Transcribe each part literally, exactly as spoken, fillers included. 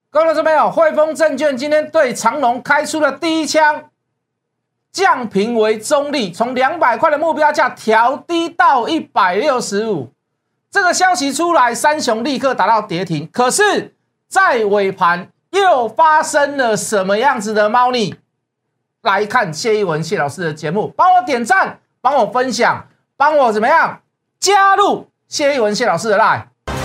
各位投资朋友，汇丰证券今天对长荣开出了第一枪，降评为中立，从两百块的目标价调低到一百六十五。这个消息出来，三雄立刻达到跌停。可是，在尾盘又发生了什么样子的猫腻？来看谢一文谢老师的节目，帮我点赞，帮我分享，帮我怎么样加入谢一文谢老师的 LINE。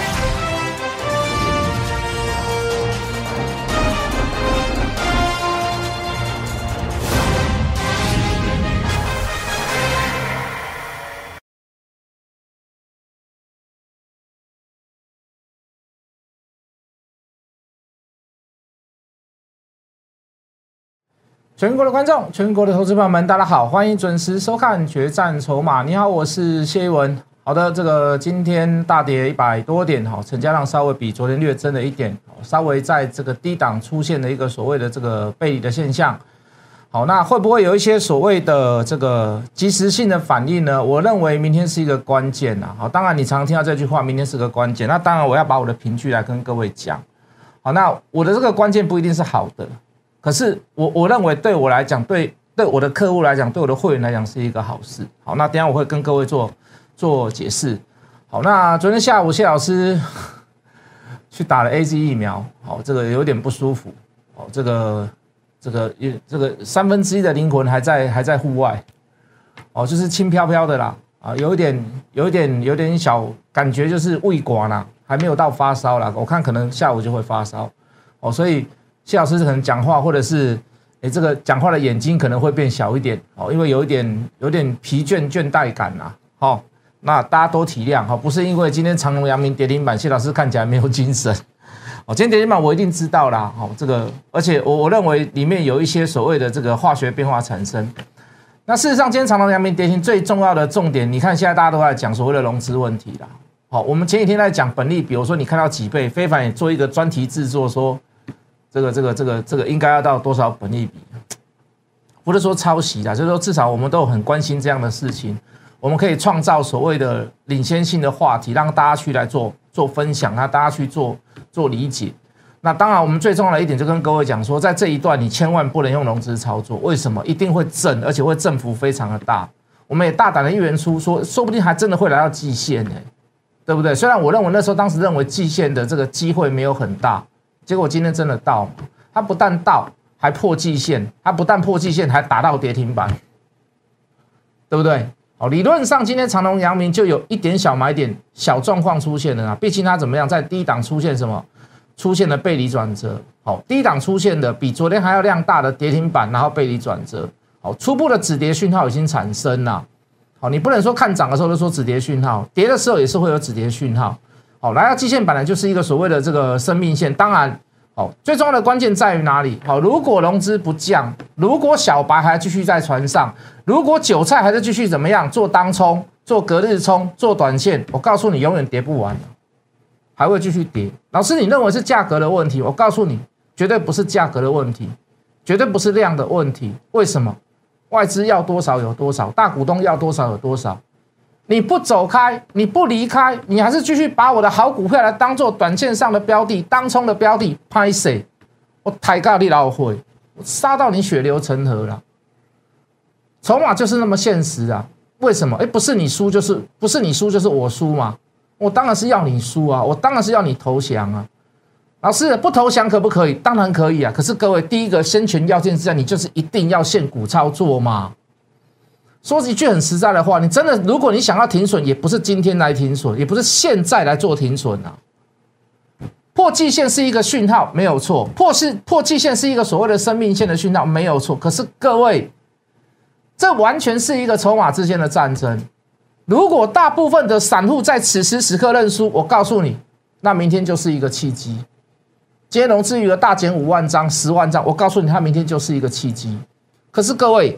全国的观众，全国的投资朋友们，大家好，欢迎准时收看《决战筹码》。你好，我是谢一文。好的，这个今天大跌一百多点，哈，成交量稍微比昨天略增了一点，稍微在这个低档出现了一个所谓的这个背离的现象。好，那会不会有一些所谓的这个即时性的反应呢？我认为明天是一个关键呐。好，当然你常常听到这句话，明天是个关键。那当然我要把我的凭据来跟各位讲。好，那我的这个关键不一定是好的。可是我我认为对我来讲，对对我的客户来讲，对我的会员来讲是一个好事。好，那等一下我会跟各位做做解释。好，那昨天下午谢老师去打了 A Z 疫苗，好，这个有点不舒服。好，这个这个这个三分之一的灵魂还在还在户外，哦，就是轻飘飘的啦，啊，有一点有一点有点小感觉，就是胃管啦，还没有到发烧啦。我看可能下午就会发烧，哦，所以。谢老师可能讲话，或者是诶这个讲话的眼睛可能会变小一点哦，因为有一点有点疲倦倦怠感呐、啊。好、哦，那大家都体谅哈、哦，不是因为今天长荣、阳明跌停板，谢老师看起来没有精神。哦，今天跌停板我一定知道啦。哦，这个而且我我认为里面有一些所谓的这个化学变化产生。那事实上，今天长荣、阳明跌停最重要的重点，你看现在大家都在讲所谓的融资问题啦。好、哦，我们前几天在讲本利，比如说你看到几倍，非凡也做一个专题制作说。这个这个这个这个应该要到多少本益比？不是说抄袭啦，就是说至少我们都很关心这样的事情，我们可以创造所谓的领先性的话题，让大家去来做做分享，让大家去做做理解。那当然，我们最重要的一点就跟各位讲说，在这一段你千万不能用融资操作，为什么？一定会震，而且会振幅非常的大。我们也大胆的预言出说，说不定还真的会来到季线呢、欸，对不对？虽然我认为那时候当时认为季线的这个机会没有很大。结果今天真的到，它不但到，还破季线，它不但破季线，还打到跌停板，对不对？好，理论上今天长荣、阳明就有一点小买点、小状况出现了啊。毕竟它怎么样，在低档出现什么？出现了背离转折。好，低档出现的比昨天还要量大的跌停板，然后背离转折。好，初步的止跌讯号已经产生了。好，你不能说看涨的时候就说止跌讯号，跌的时候也是会有止跌讯号。好，来到季线本来就是一个所谓的这个生命线，当然，好，最重要的关键在于哪里？好，如果融资不降，如果小白还继续在船上，如果韭菜还是继续怎么样做当冲、做隔日冲、做短线，我告诉你，永远跌不完，还会继续跌。老师，你认为是价格的问题？我告诉你，绝对不是价格的问题，绝对不是量的问题。为什么？外资要多少有多少，大股东要多少有多少。你不走开，你不离开，你还是继续把我的好股票来当做短线上的标的、当冲的标的，拍谁？我抬高你老会，我杀到你血流成河了。筹码就是那么现实啊！为什么？哎，不是你输就是不是你输就是我输嘛？我当然是要你输啊！我当然是要你投降啊！老师不投降可不可以？当然可以啊！可是各位，第一个先决要件之下，你就是一定要现股操作嘛。说一句很实在的话，你真的，如果你想要停损，也不是今天来停损，也不是现在来做停损啊。破季线是一个讯号，没有错；破是破季线是一个所谓的生命线的讯号，没有错。可是各位，这完全是一个筹码之间的战争。如果大部分的散户在此时此刻认输，我告诉你，那明天就是一个契机。今天融资余额大减五万张、十万张，我告诉你，它明天就是一个契机。可是各位。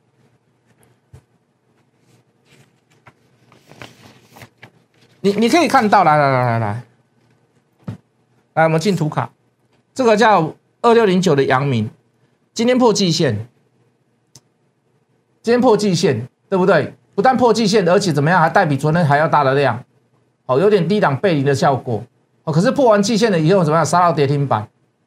你你可以看到，来来来来来，来我们进图卡，这个叫二六零九的阳明，今天破季线，今天破季线，对不对？不但破季线，而且怎么样，还带比昨天还要大的量，好，有点低档背离的效果。哦，可是破完季线了以后怎么样？杀到跌停板，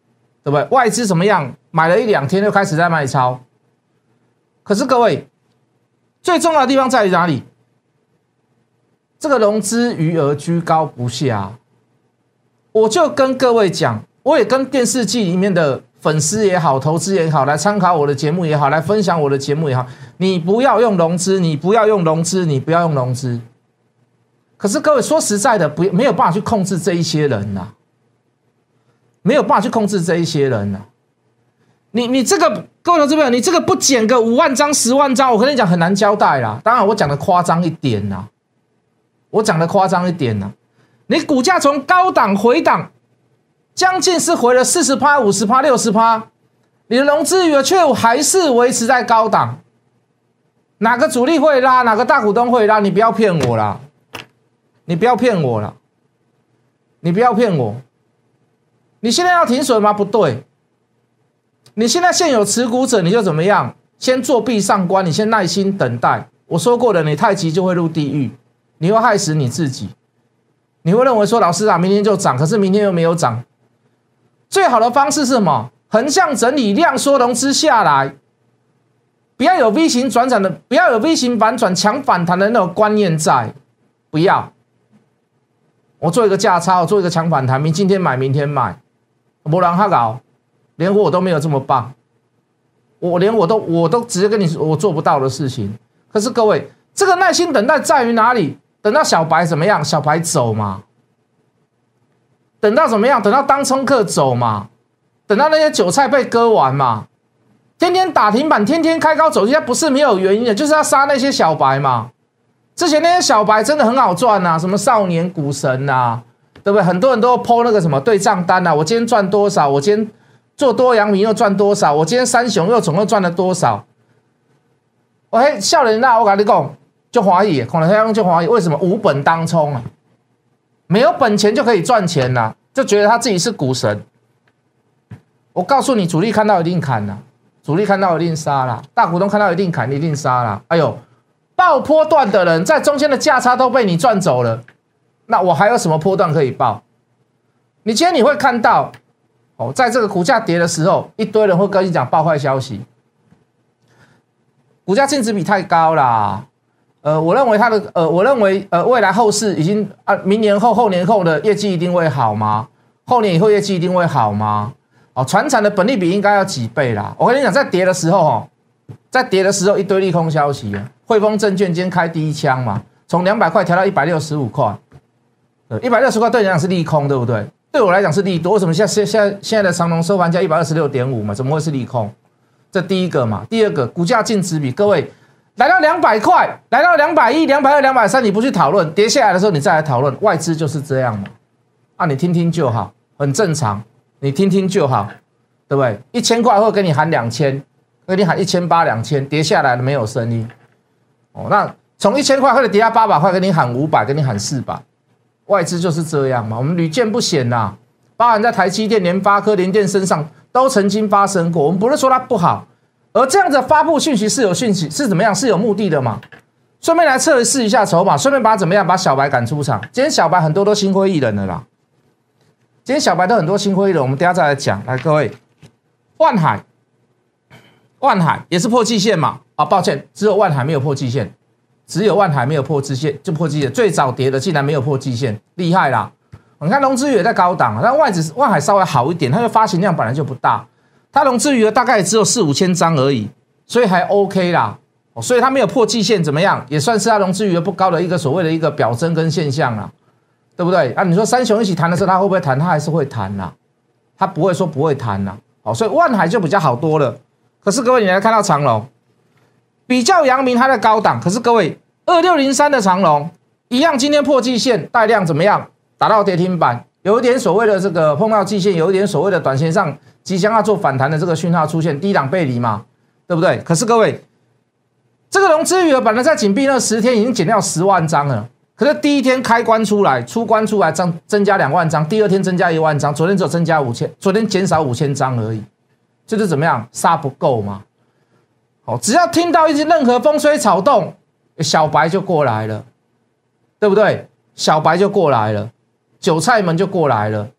对不对？外资怎么样？买了一两天就开始在卖超。可是各位，最重要的地方在于哪里？这个融资余额居高不下。我就跟各位讲，我也跟电视剧里面的粉丝也好，投资也好，来参考我的节目也好，来分享我的节目也好，你不要用融资，你不要用融资，你不要用融资。可是各位说实在的，不没有办法去控制这一些人呐、啊，没有办法去控制这一些人呐、啊。你你这个各位投资朋友，你这个不减个五万张、十万张，我跟你讲很难交代啦。当然我讲的夸张一点啦，我讲的夸张一点啦。你股价从高档回档，将近是回了 百分之四十、百分之五十、百分之六十， 你的融资余额却还是维持在高档。哪个主力会拉，哪个大股东会拉，你不要骗我啦，你不要骗我啦，你不要骗我。你现在要停损吗？不对。你现在现有持股者，你就怎么样？先作弊上关，你先耐心等待。我说过了，你太急就会入地狱，你会害死你自己。你会认为说，老师啊，明天就涨，可是明天又没有涨。最好的方式是什么？横向整理，量缩融资下来，不要有 V 型转转的，不要有 V 型反转强反弹的那种观念在，不要。我做一个价差，我做一个强反弹，明今天买，明天卖，没人哈搞，连我都没有这么棒，我连我都我都直接跟你说我做不到的事情。可是各位，这个耐心等待在于哪里？等到小白怎么样？小白走嘛。等到怎么样？等到当冲客走嘛。等到那些韭菜被割完嘛。天天打停板，天天开高走低，不是没有原因的，就是要杀那些小白嘛。之前那些小白真的很好赚啊，什么少年股神啊，对不对？很多人都 po 那个什么对账单啊，我今天赚多少？我今天做多阳明又赚多少？我今天三雄又总共赚了多少？我嘿，笑人啦！我跟你讲。就怀疑，可能他用就怀疑，为什么无本当冲啊？没有本钱就可以赚钱啦、啊，就觉得他自己是股神。我告诉你，主力看到一定砍啦，主力看到一定杀啦，大股东看到一定砍，一定杀啦。哎呦，爆波段的人在中间的价差都被你赚走了，那我还有什么波段可以爆？你今天你会看到，哦，在这个股价跌的时候，一堆人会跟你讲爆坏消息，股价净值比太高啦。呃，我认为它的呃，我认为呃，未来后市已经啊，明年后、后年后的业绩一定会好吗？后年以后业绩一定会好吗？哦，传产的本利比应该要几倍啦？我跟你讲，在跌的时候哦，在跌的时候一堆利空消息啊，汇丰证券今天开第一枪嘛，从两百块调到一百六十五块，呃，一百六十块对你来讲是利空，对不对？对我来讲是利多。为什么现在现在现在的长荣收盘价一百二十六点五嘛？怎么会是利空？这第一个嘛，第二个股价净值比，各位。来到两百块，来到两百一、两百二、两百三，你不去讨论，跌下来的时候你再来讨论，外资就是这样嘛。啊，你听听就好，很正常，你听听就好，对不对？一千块会给你喊两千，给你喊一千八、两千，跌下来了没有声音。哦，那从一千块或者跌到八百块，给你喊五百，给你喊四百，外资就是这样嘛。我们屡见不鲜呐、啊，包含在台积电、联发科、联电身上都曾经发生过。我们不是说它不好。而这样子发布讯息是有讯息是怎么样？是有目的的嘛？顺便来测试一下筹码，顺便把怎么样把小白赶出场。今天小白很多都心灰意冷了啦。今天小白都很多心灰意冷，我们等一下再来讲。来，各位，万海，万海也是破季线嘛？啊，抱歉，只有万海没有破季线，只有万海没有破季线，就破季线。最早跌的竟然没有破季线，厉害啦！你看融资余额在高档，但外资万海稍微好一点，它的发行量本来就不大。它融资余额大概也只有四五千张而已，所以还 OK 啦，哦，所以它没有破季线怎么样，也算是它融资余额不高的一个所谓的一个表征跟现象啦，对不对？啊，你说三雄一起谈的时候，它会不会谈？它还是会谈啦，它不会说不会谈啦，哦，所以万海就比较好多了。可是各位，你来看到长荣，比较阳明它的高档，可是各位二六零三的长荣一样，今天破季线，带量怎么样？打到跌停板，有一点所谓的这个碰到季线，有一点所谓的短线上。即将要做反弹的这个讯号出现，低档背离嘛，对不对？可是各位，这个融资余额本来在紧闭那十天已经减掉十万张了，可是第一天开关出来，出关出来增增加两万张，第二天增加一万张，昨天只有增加五千，昨天减少五千张而已，这就怎么样？杀不够嘛？好，只要听到一些任何风吹草动，小白就过来了，对不对？小白就过来了，韭菜们就过来了。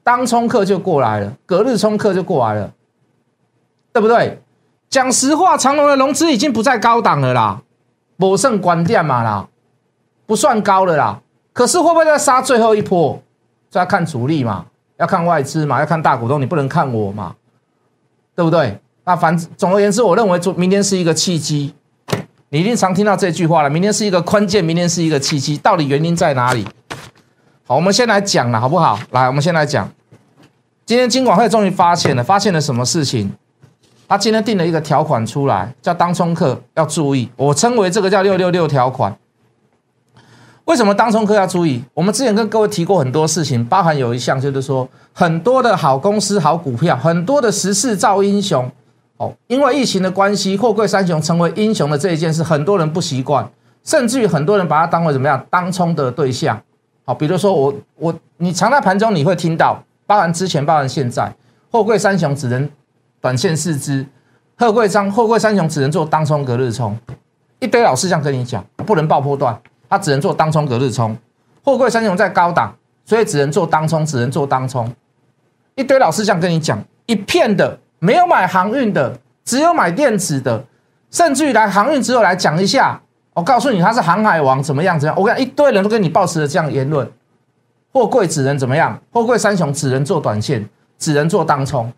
当冲客就过来了，隔日冲客就过来了，对不对？讲实话，长荣的融资已经不在高档了啦，没剩关店嘛啦，不算高了啦。可是会不会再杀最后一波？这要看主力嘛，要看外资嘛，要看大股东，你不能看我嘛，对不对？那反总而言之，我认为明天是一个契机。你一定常听到这句话了，明天是一个关键，明天是一个契机，到底原因在哪里？好，我们先来讲了，好不好？来，我们先来讲，今天金管会终于发现了，发现了什么事情？他今天定了一个条款出来，叫当冲客要注意，我称为这个叫六六六条款。为什么当冲客要注意？我们之前跟各位提过很多事情，包含有一项就是说，很多的好公司、好股票，很多的时势造英雄。哦，因为疫情的关系，货柜三雄成为英雄的这一件事，很多人不习惯，甚至于很多人把它当为怎么样当冲的对象。好，比如说我我你常在盘中你会听到，包含之前，包含现在，货柜三雄只能短线试资，货柜商货柜三雄只能做当冲隔日冲，一堆老师这样跟你讲，不能爆波段，他只能做当冲隔日冲。货柜三雄在高档，所以只能做当冲，只能做当冲。一堆老师这样跟你讲，一片的。没有买航运的，只有买电子的，甚至于来航运之后来讲一下，我告诉你他是航海王怎么样怎么样，我看一堆人都跟你抱持了这样的言论，货柜只能怎么样，货柜三雄只能做短线，只能做当冲，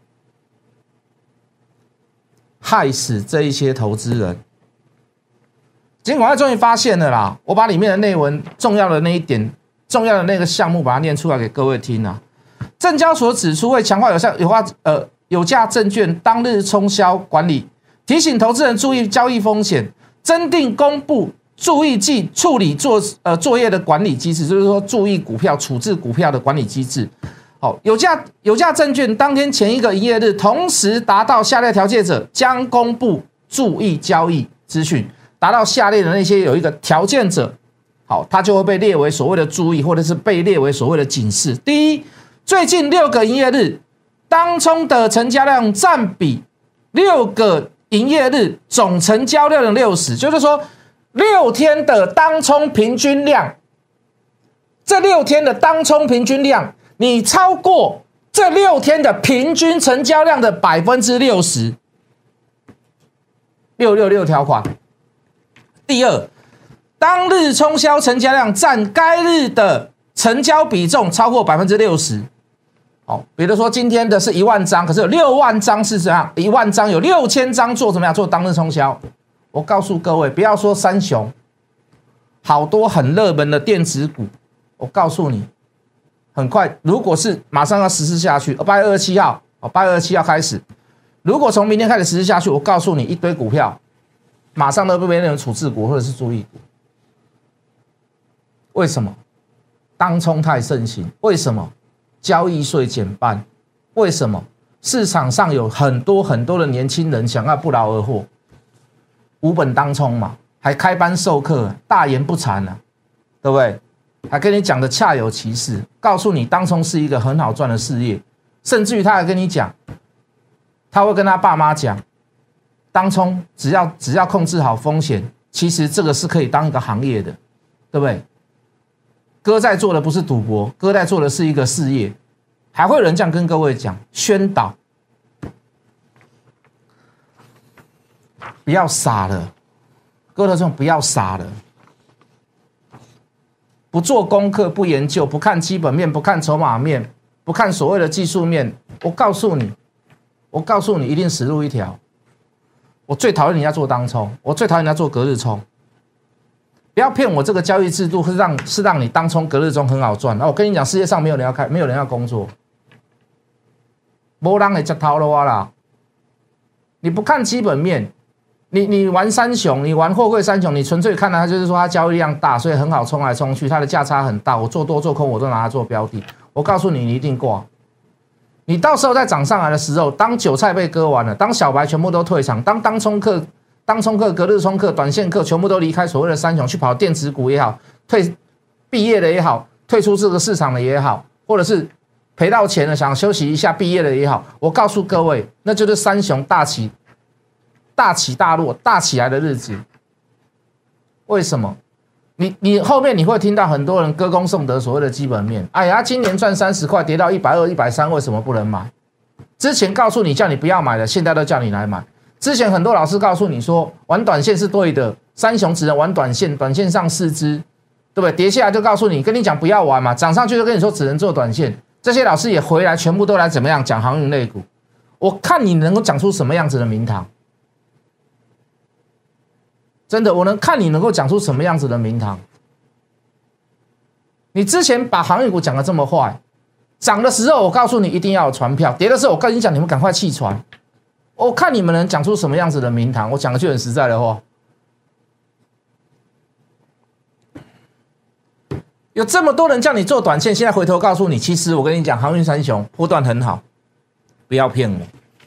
害死这一些投资人。金管会终于发现了啦，我把里面的内文重要的那一点，重要的那个项目把它念出来给各位听啊。证交所指出会强化有效有化呃。有价证券当日冲销管理，提醒投资人注意交易风险，增订公布注意及处理作呃作业的管理机制，就是说注意股票处置股票的管理机制。好，有价有价证券当天前一个营业日，同时达到下列条件者，将公布注意交易资讯。达到下列的那些有一个条件者，好，它就会被列为所谓的注意，或者是被列为所谓的警示。第一，最近六个营业日。当冲的成交量占比六个营业日总成交量的六十，就是说六天的当冲平均量，这六天的当冲平均量，你超过这六天的平均成交量的百分之六十，六六六条款。第二，当日冲销成交量占该日的成交比重超过百分之六十。好，比如说今天的是一万张，可是有六万张是怎样？一万张有六千张做怎么样？做当日冲销。我告诉各位，不要说三雄，好多很热门的电子股，我告诉你，很快，如果是马上要实施下去，八月二十七号，哦，八月二十七号开始，如果从明天开始实施下去，我告诉你，一堆股票马上都被别人处置股或者是注意股。为什么？当冲太盛行。为什么？交易税减半，为什么？市场上有很多很多的年轻人想要不劳而获，无本当冲嘛，还开班授课，大言不惭啊，对不对？还跟你讲的恰有其事，告诉你当冲是一个很好赚的事业，甚至于他还跟你讲，他会跟他爸妈讲，当冲只要只要控制好风险，其实这个是可以当一个行业的，对不对？哥在做的不是赌博，哥在做的是一个事业，还会有人这样跟各位讲宣导，不要傻了，各位听众不要傻了，不做功课，不研究，不看基本面，不看筹码面，不看所谓的技术面，我告诉你，我告诉你，一定死路一条。我最讨厌人家做当冲，我最讨厌人家做隔日冲。不要骗我，这个交易制度是让是让你当冲隔日冲很好赚。那我跟你讲，世界上没有人要开，没有人要工作，没人会吃头路啦。你不看基本面，你你玩三雄，你玩货柜三雄，你纯粹看它就是说它交易量大，所以很好冲来冲去，它的价差很大，我做多做空我都拿它做标的。我告诉你，你一定挂。你到时候在涨上来的时候，当韭菜被割完了，当小白全部都退场，当当冲客。当冲客、隔日冲客、短线客全部都离开所谓的三雄，去跑电子股也好，退毕业的也好，退出这个市场的也好，或者是赔到钱了想休息一下毕业的也好，我告诉各位，那就是三雄大起、大起大落、大起来的日子。为什么？ 你你后面你会听到很多人歌功颂德所谓的基本面，哎呀，今年赚三十块，跌到一百二、一百三，为什么不能买？之前告诉你叫你不要买的，现在都叫你来买。之前很多老师告诉你说玩短线是对的，三雄只能玩短线，短线上四支，对不对？跌下来就告诉你，跟你讲不要玩嘛，涨上去就跟你说只能做短线。这些老师也回来，全部都来怎么样讲航运类股？我看你能够讲出什么样子的名堂？真的，我能看你能够讲出什么样子的名堂？你之前把航运股讲得这么坏，涨的时候我告诉你一定要有船票，跌的时候我跟你讲你们赶快弃船。我看你们能讲出什么样子的名堂？我讲的就很实在的话。有这么多人叫你做短线，现在回头告诉你，其实我跟你讲，航运三雄波段很好，不要骗我。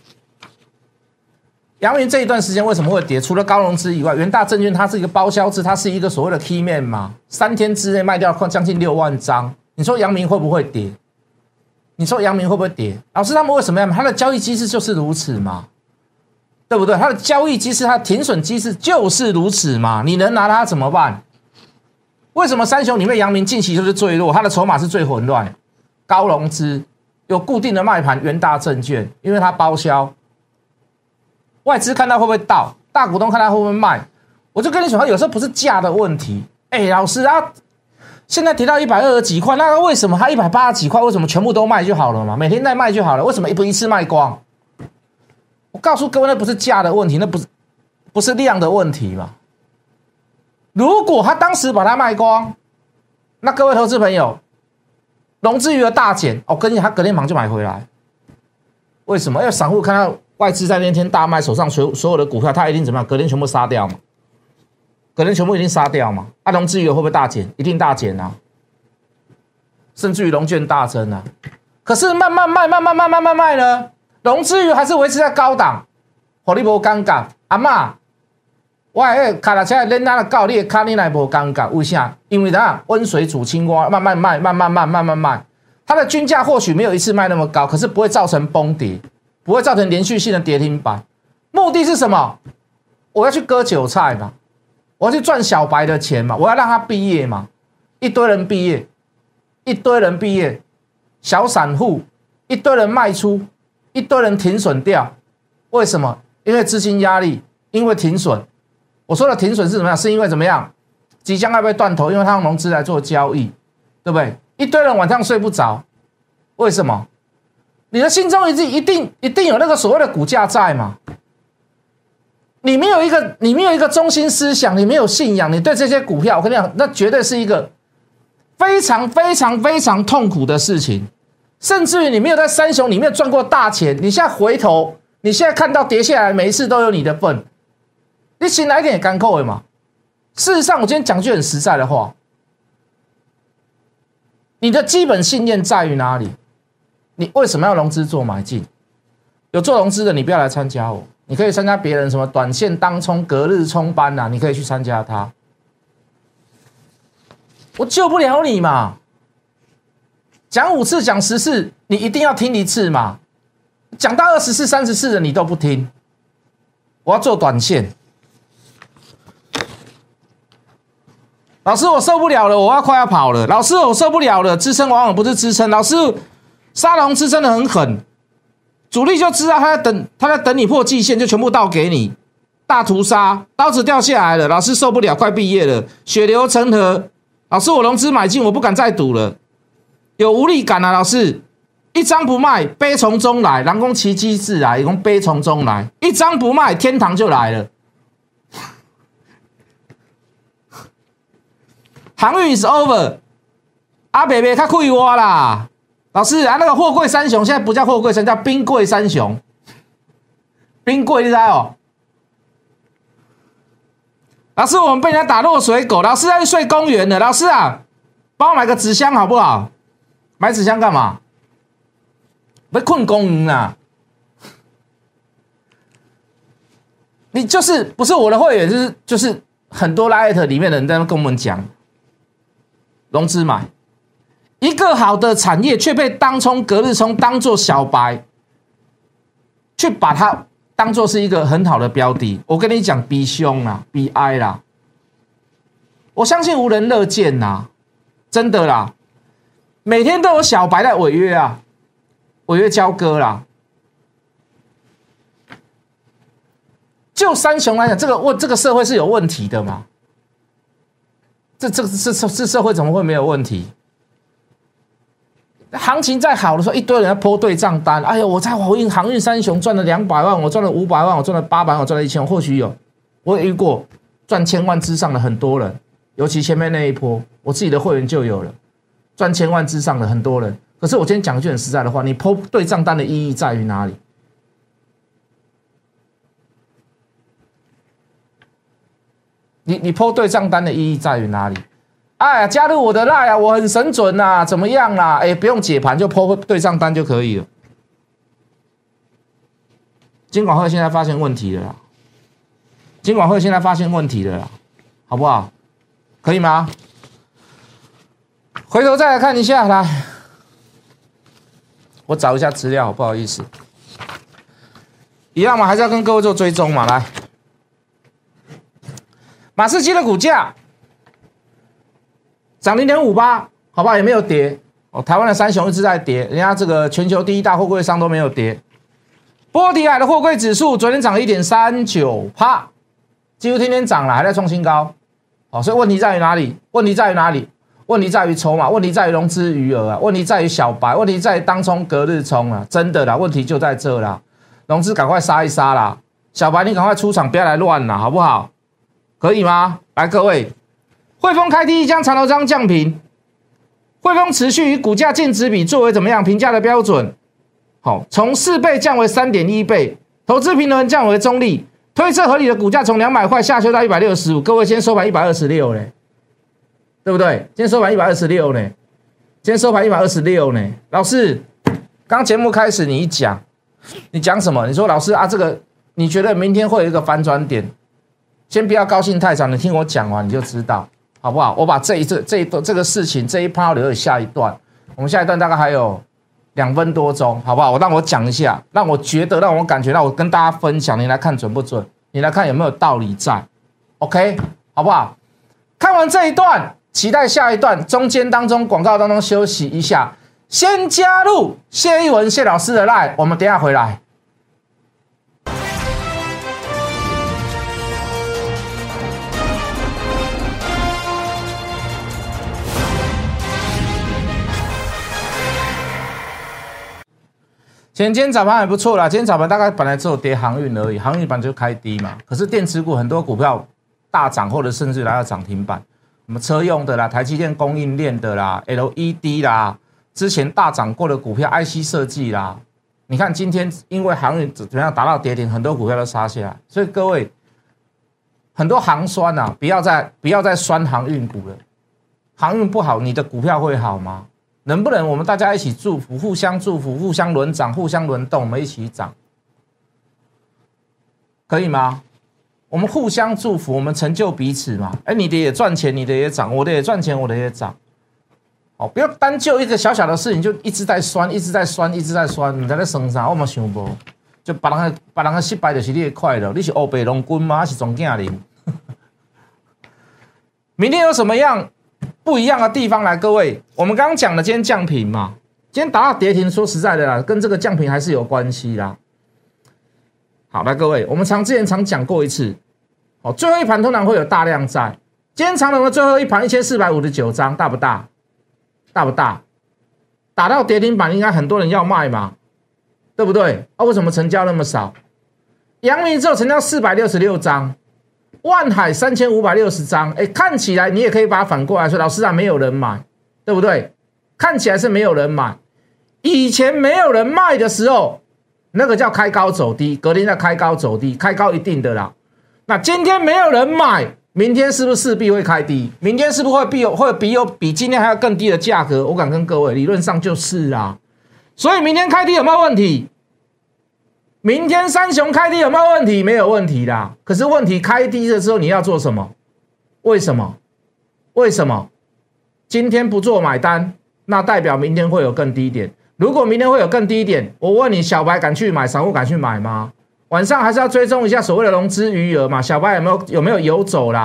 阳明这一段时间为什么会跌？除了高融资以外，元大证券它是一个包销制，它是一个所谓的 key man 嘛，三天之内卖掉将近六万张。你说阳明会不会跌？你说阳明会不会跌？老师他们为什么要买？它的交易机制就是如此嘛，对不对？它的交易机制，它的停损机制就是如此嘛，你能拿它怎么办？为什么三雄里面阳明近期就是最弱，它的筹码是最混乱，高融资有固定的卖盘，元大证券因为它包销，外资看到会不会到，大股东看到会不会卖，我就跟你说，它有时候不是价的问题。哎，老师啊，现在跌到一百二十几块，那为什么它一百八十几块，为什么全部都卖就好了嘛？每天再卖就好了，为什么不一次卖光？我告诉各位，那不是价的问题，那不是不是量的问题嘛？如果他当时把它卖光，那各位投资朋友，融资余额大减，哦，跟你他隔天忙就买回来。为什么？因为散户看到外资在那天大卖手上所所有的股票，他一定怎么样？隔天全部杀掉嘛，隔天全部一定杀掉嘛。啊，融资余额会不会大减？一定大减啊，甚至于融券大增啊。可是慢慢卖，慢慢卖，慢慢卖呢，融资余额还是维持在高档，让你无尴尬。阿嬷。我迄卡达车恁那到你的卡你来无尴尬，为啥？因为啥？温水煮青蛙，慢慢卖，慢慢卖，慢慢卖。它的均价或许没有一次卖那么高，可是不会造成崩跌，不会造成连续性的跌停板。目的是什么？我要去割韭菜嘛，我要去赚小白的钱嘛，我要让他毕业嘛。一堆人毕业，一堆人毕业，小散户一堆人卖出，一堆人停损掉。为什么？因为资金压力，因为停损。我说的停损是怎么样？是因为怎么样？即将要被断头，因为他用融资来做交易，对不对？一堆人晚上睡不着，为什么？你的心中一定一定一定有那个所谓的股价在嘛？你没有一个，你没有一个中心思想，你没有信仰，你对这些股票，我跟你讲，那绝对是一个非常非常非常痛苦的事情。甚至于你没有在三雄里面赚过大钱，你现在回头，你现在看到跌下来，每一次都有你的份。你心来一点也干扣的嘛？事实上，我今天讲句很实在的话，你的基本信念在于哪里？你为什么要融资做买进？有做融资的，你不要来参加我，你可以参加别人什么短线当冲、隔日冲班啊，你可以去参加他。我救不了你嘛！讲五次、讲十次，你一定要听一次嘛？讲到二十次、三十次的你都不听，我要做短线。老师，我受不了了，我要快要跑了。老师，我受不了了，支撑往往不是支撑。老师，沙龙支撑的很狠，主力就知道他在等，他在等你破季线，就全部倒给你，大屠杀，刀子掉下来了。老师受不了，快毕业了，血流成河。老师，我融资买进，我不敢再赌了，有无力感啊。老师，一张不卖，悲从中来，人讲奇迹自来，也讲悲从中来，一张不卖，天堂就来了。航运 is over， 啊，妹妹较开我啦，老师啊，那个货柜三雄现在不叫货柜三，叫冰柜三雄。冰柜你知道哦？老师，我们被人家打落水狗，老师要去睡公园了。老师啊，帮我买个纸箱好不好？买纸箱干嘛？被困公园啦！你就是不是我的会员，就是就是很多 Light 里面的人在那跟我们讲。融资买一个好的产业，却被当冲、隔日冲当做小白，去把它当做是一个很好的标的。我跟你讲，比凶啦，比哀啦。 我相信无人乐见呐，真的啦，每天都有小白在违约啊，违约交割啦。就三雄来讲，这个问这个社会是有问题的嘛？这这这这这社会怎么会没有问题？行情再好的时候，一堆人在抛对账单。哎呀，我在华运航运三雄赚了两百万，我赚了五百万，我赚了八百万，我赚了一千万，或许有，我也遇过赚千万之上的很多人，尤其前面那一波，我自己的会员就有了赚千万之上的很多人。可是我今天讲一句很实在的话，你抛对账单的意义在于哪里？你你抛对账单的意义在于哪里？哎呀，加入我的 LINE 啊，我很神准呐、啊，怎么样啦、啊？哎，不用解盘就抛对账单就可以了。金管会现在发现问题了啦，金管会现在发现问题了啦，好不好？可以吗？回头再来看一下，来，我找一下资料，不好意思，一样嘛，还是要跟各位做追踪嘛，来。马士基的股价涨 零点五八， 好不好？也没有跌哦。台湾的三雄一直在跌，人家这个全球第一大货柜商都没有跌。波迪海的货柜指数昨天涨了 一点三九， 几乎天天涨了，还在创新高。哦，所以问题在于哪里？问题在于哪里？问题在于筹码，问题在于融资余额啊，问题在于小白，问题在于当冲隔日冲啊，真的啦，问题就在这啦。融资赶快杀一杀啦，小白你赶快出场，不要来乱啦，好不好？可以吗？来，各位，汇丰开低将长头章降评，汇丰持续以股价净值比作为怎么样评价的标准？好，从四倍降为 三点一倍，投资评论降为中立，推测合理的股价从两百块下修到一百六十五，各位今天收盘一百二十六嘞，对不对？今天收盘一百二十六呢，今天收盘一百二十六呢。老师，刚节目开始你一讲，你讲什么？你说老师啊，这个你觉得明天会有一个反转点？先不要高兴太早，你听我讲完你就知道，好不好？我把这一这这一段这个事情这一趴留给下一段，我们下一段大概还有两分多钟，好不好？我让我讲一下，让我觉得，让我感觉到，我跟大家分享，你来看准不准？你来看有没有道理在 ？OK， 好不好？看完这一段，期待下一段，中间当中广告当中休息一下，先加入谢一文谢老师的 LINE， 我们等一下回来。今天早盘还不错啦，今天早盘大概本来只有跌航运而已，航运板就开低嘛。可是电子股很多股票大涨，或者甚至来到涨停板，什么车用的啦、台积电供应链的啦、L E D 啦，之前大涨过的股票 I C 设计啦，你看今天因为航运怎么样达到跌停，很多股票都杀下来。所以各位，很多航酸啊，不要再不要再酸航运股了，航运不好，你的股票会好吗？能不能我们大家一起祝福，互相祝福，互相轮涨，互相轮动，我们一起涨，可以吗？我们互相祝福，我们成就彼此嘛。哎，你的也赚钱，你的也涨，我的也赚钱，我的也涨。哦，不要单就一个小小的事情就一直在酸，一直在酸，一直在酸，你在那生啥？我嘛想无，就别人的别人的失败就是你的快乐，你是欧北龙君吗？还是总经理？明天有什么样不一样的地方来？各位，我们刚刚讲的今天降频嘛，今天达到跌停，说实在的啦，跟这个降频还是有关系啦。好，来各位，我们常之前常讲过一次，哦，最后一盘通常会有大量在。今天长荣的最后一盘一千四百五十九张，大不大？大不大？打到跌停板，应该很多人要卖嘛，对不对？啊，为什么成交那么少？阳明只有成交四百六十六张。万海三千五百六十张，哎，看起来你也可以把它反过来说，老师啊，没有人买，对不对？看起来是没有人买，以前没有人卖的时候，那个叫开高走低，隔天再开高走低，开高一定的啦。那今天没有人买，明天是不是势必会开低？明天是不是会比有会比有比今天还要更低的价格？我敢跟各位，理论上就是啦。所以明天开低有没有问题？明天三雄开低有没有问题？没有问题啦。可是问题开低的时候你要做什么？为什么？为什么？今天不做买单，那代表明天会有更低点。如果明天会有更低点，我问你，小白敢去买，散户敢去买吗？晚上还是要追踪一下所谓的融资余额嘛，小白有没有有没有游走啦？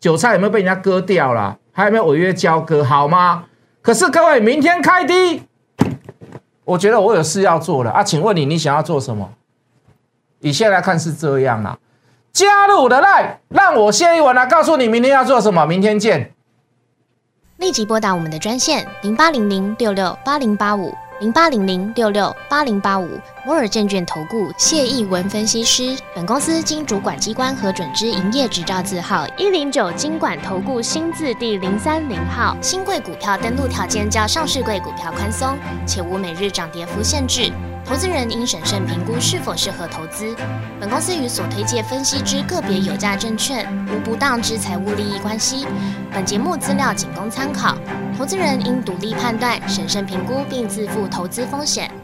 韭菜有没有被人家割掉了，还有没有违约交割，好吗？可是各位，明天开低，我觉得我有事要做了啊，请问你，你想要做什么？以现在来看是这样啦，加入我的 LINE， 让我谢一文来告诉你明天要做什么，明天见。 立即拨打我们的专线零八零零六六八零八五零八零零六六八零八五摩尔证券投顾谢逸文分析师。本公司经主管机关核准之营业执照字号一零九金管投顾新字第零三零号。新贵股票登录条件较上市贵股票宽松，且无每日涨跌幅限制。投资人应审慎评估是否适合投资。本公司与所推介分析之个别有价证券无不当之财务利益关系。本节目资料仅供参考，投资人应独立判断、审慎评估并自负投资风险。